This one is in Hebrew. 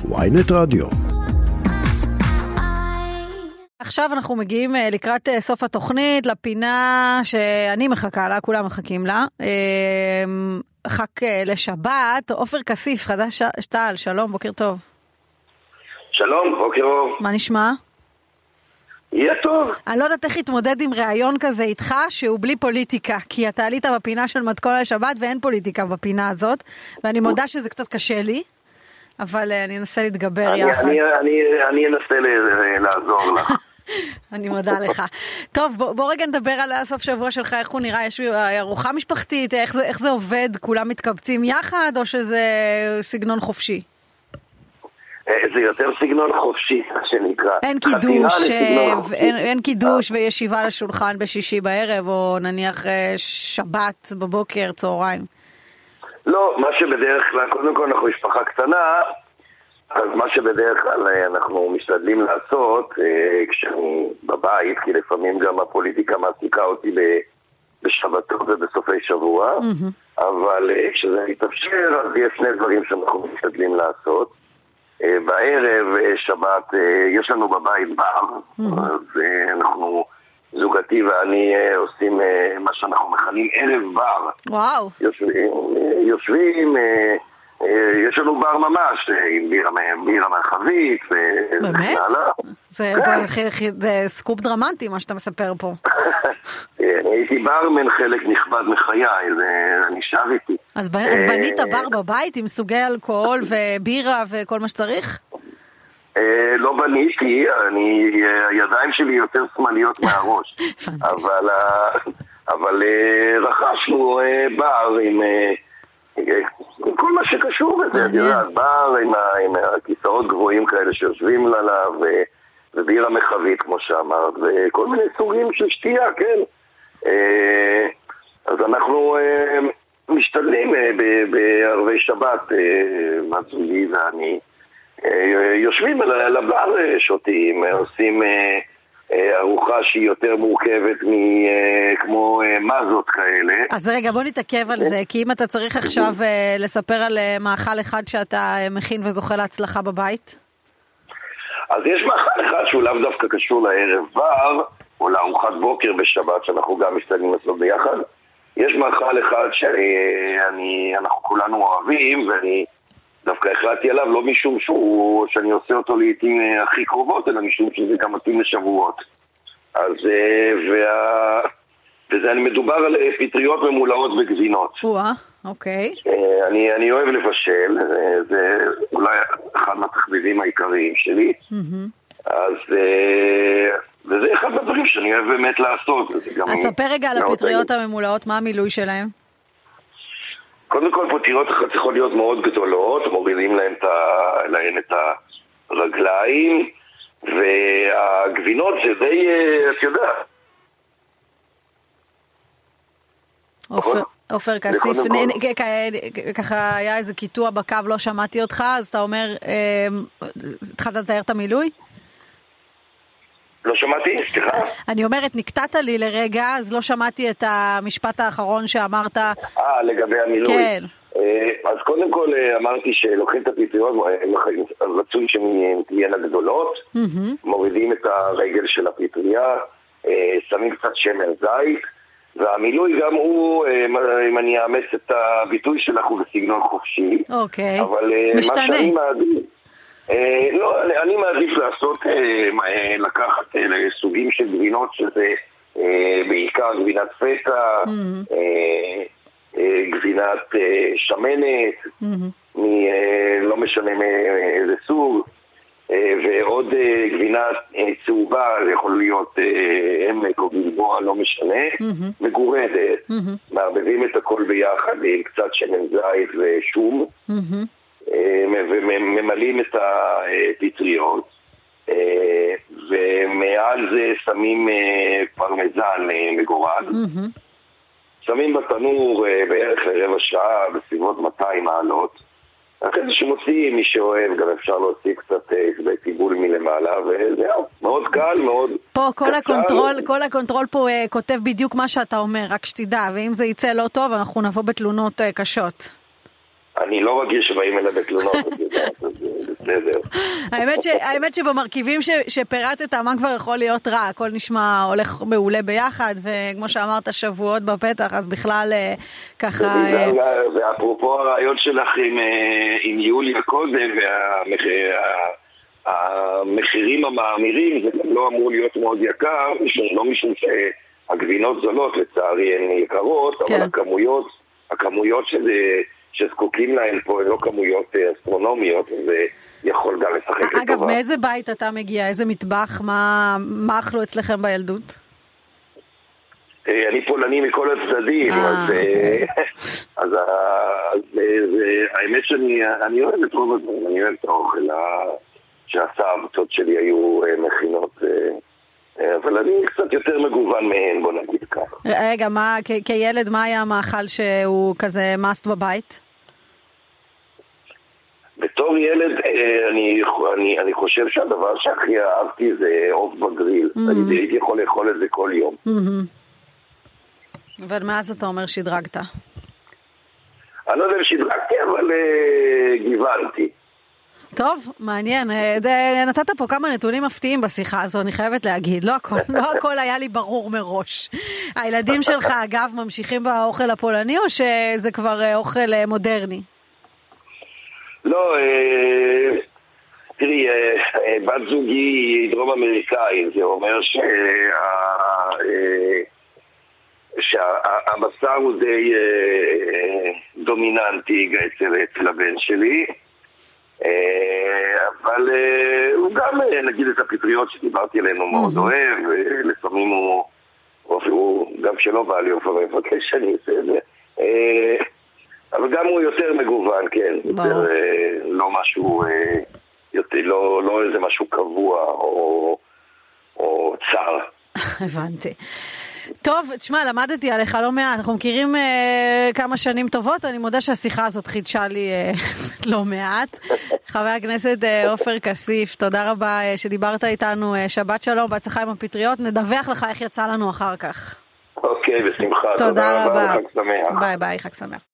ynet רדיו. עכשיו אנחנו מגיעים לקראת סוף התוכנית, לפינה שאני מחכה לה, כולם מחכים לה. חק לשבת, עופר כסיף, חדש שתל, שלום, בוקר טוב. שלום, בוקר טוב. מה נשמע? יהיה טוב. אני לא יודעת איך להתמודד עם ראיון כזה איתך, שהוא בלי פוליטיקה, כי אתה עלית בפינה של מתכון לשבת ואין פוליטיקה בפינה הזאת, ואני מודה שזה קצת קשה לי, אבל אני אנסה להתגבר יחד. אני אנסה לעזור לך. אני מודה לך. טוב, בוא רגע נדבר על הסוף שבוע שלך, איך הוא נראה, יש ארוחה משפחתית, איך זה עובד, כולם מתקבצים יחד, או שזה סגנון חופשי? זה יותר סגנון חופשי, שנקרא. אין קידוש וישיבה לשולחן בשישי בערב, או נניח שבת בבוקר, צהריים. לא, מה שבדרך כלל, קודם כל אנחנו משפחה קטנה, אז מה שבדרך כלל אנחנו משתדלים לעשות כשאני בבית, כי לפעמים גם הפוליטיקה מעסיקה אותי בשבתות ובסופי שבוע, אבל כשזה מתאפשר, אז יש שני דברים שאנחנו משתדלים לעשות. בערב שבת יש לנו בבית בר, אז אנחנו, זוגתי ואני עושים מה שאנחנו מכנים ערב בר. וואו. יושבים, יש לנו בר ממש, עם בירה מרחבית. באמת? זה סקופ דרמטי מה שאתה מספר פה. הייתי ברמן חלק נכבד מחיי, זה נשאר איתי. אז בנית בר בבית עם סוגי אלכוהול ובירה וכל מה שצריך? לא בניתי, הידיים שלי יותר שמאליות מהראש. אבל רכשנו בר עם כל מה שקשור בזה, בר עם הכיסאות גבוהים כאלה שיושבים עליו, ובירה מחבית כמו שאמרת, וכל מיני סוגים של שתייה, כן. אז אנחנו משתדלים בערבי שבת, מצולי ואני, יושבים על הבר, שותים, עושים ארוחה שהיא יותר מורכבת כמו מזות כאלה. אז רגע, בוא נתעכב על זה, כי אם אתה צריך עכשיו לספר על מאכל אחד שאתה מכין וזוכה להצלחה בבית? אז יש מאכל אחד שהוא לאו דווקא קשור לערב בר, או לארוחת בוקר בשבת, שאנחנו גם משתדלים לעשות ביחד. יש מאכל אחד שאנחנו כולנו אוהבים, ואני דווקא החלטתי עליו, לא משום שאני עושה אותו לעתים הכי קרובות, אלא משום שזה גם מתאים לשבועות. אז, וזה מדובר על פטריות ממולאות בגבינות. אוקיי. אני אוהב לבשל, זה אולי אחד מהתחביבים העיקריים שלי. אז, וזה אחד מהדברים שאני אוהב באמת לעשות. אז ספר רגע על הפטריות הממולאות, מה המילוי שלהם? קודם כל, פטריות צריכות להיות מאוד גדולות, מורידים להן את הרגליים, והגבינות זה די, את יודעת. עופר כסיף, ככה היה איזה קיטוע בקו, לא שמעתי אותך, אז אתה אומר, התחלת לתאר את המילוי? לא שמעתי, סליחה. אני אומרת, נקטעת לי לרגע, אז לא שמעתי את המשפט האחרון שאמרת. לגבי המילוי. כן. אז קודם כל אמרתי שלוקחים את הפטריות, רצוי שהן תהיינה גדולות, מורידים את הרגל של הפטריה, שמים קצת שמן זית, והמילוי גם הוא, אם אני אאמץ את הביטוי שלך, הוא בסגנון חופשי. אוקיי. אבל משתנה. מה שאני מעדיף, לא, אני מעדיף לעשות, לקחת סוגים של גבינות שזה בעיקר גבינת פטה, גבינת שמנת, לא משנה מאיזה סוג, ועוד גבינה צהובה, זה יכול להיות עמק או גלבוע, לא משנה, מגורדת, מערבבים את הכל ביחד עם קצת שמן זית ושום, וממלאים את הפטריות, ומעל זה שמים פרמזן מגורד, שמים בתנור בערך לרבע שעה בסביבות 200 מעלות, אחרי זה שמוציאים, מי שאוהב, גם אפשר להוציא קצת טיבול מלמעלה, וזהו, מאוד קל, מאוד פה כל הקונטרול פה כותב בדיוק מה שאתה אומר, רק שתדע, ואם זה יצא לא טוב, אנחנו נבוא בתלונות קשות. אני לא רגיל שבאים אלה בתלונות, בסדר. האמת שבמרכיבים שפירטת, מה כבר יכול להיות רע? הכל נשמע הולך מעולה ביחד, וכמו שאמרת, שבועות בפתח, אז בכלל ככה... ואפרופו הרעיון שלך עם יוליה קודם, והמחירים המאמירים, זה גם לא אמור להיות מאוד יקר, לא משום שהגבינות זולות, לצערי הן יקרות, אבל הכמויות שזקוקים להן פה הן לא כמויות אסטרונומיות, וזה יכול גם לשחק לטובה. אגב, מאיזה בית אתה מגיע? איזה מטבח? מה אכלו אצלכם בילדות? אני פולני מכל הצדדים, אז האמת שאני אוהב את רוב הדברים, אני אוהב את האוכל שהסבתות שלי היו מכינות, אבל אני קצת יותר מגוון מהן, בוא נגיד כך. רגע, כילד, מה היה המאכל שהוא כזה מאסט בבית? בתור ילד, אני חושב שהדבר שהכי אהבתי זה עוף בגריל. אני הייתי יכול לאכול את זה כל יום. אבל מאז אתה אומר שדרגת? אני לא יודע אם שדרגתי, אבל גיוונתי. טוב, מעניין. נתת פה כמה נתונים מפתיעים בשיחה הזו, אני חייבת להגיד. לא הכל היה לי ברור מראש. הילדים שלך, אגב, ממשיכים באוכל הפולני, או שזה כבר אוכל מודרני? לא, תראי, בת זוגי היא דרום אמריקאית, זה אומר שהבשר הוא די דומיננטי אצל הבן שלי, אבל הוא גם, נגיד, את הפטריות שדיברתי עליהן הוא מאוד אוהב, לפעמים הוא גם כשלא בא לי, הוא מבקש שאני אעשה את זה. אבל גם הוא יותר מגוון, כן, יותר לא משהו, לא איזה משהו קבוע או צר. הבנתי. טוב, תשמע, למדתי עליך לא מעט, אנחנו מכירים כמה שנים טובות, אני מודה שהשיחה הזאת חידשה לי לא מעט. חבר הכנסת עופר כסיף, תודה רבה שדיברת איתנו, שבת שלום, בהצלחה עם הפטריות, נדווח לך איך יצא לנו אחר כך. אוקיי, בשמחה. תודה רבה. חג שמח. ביי ביי, חג שמח.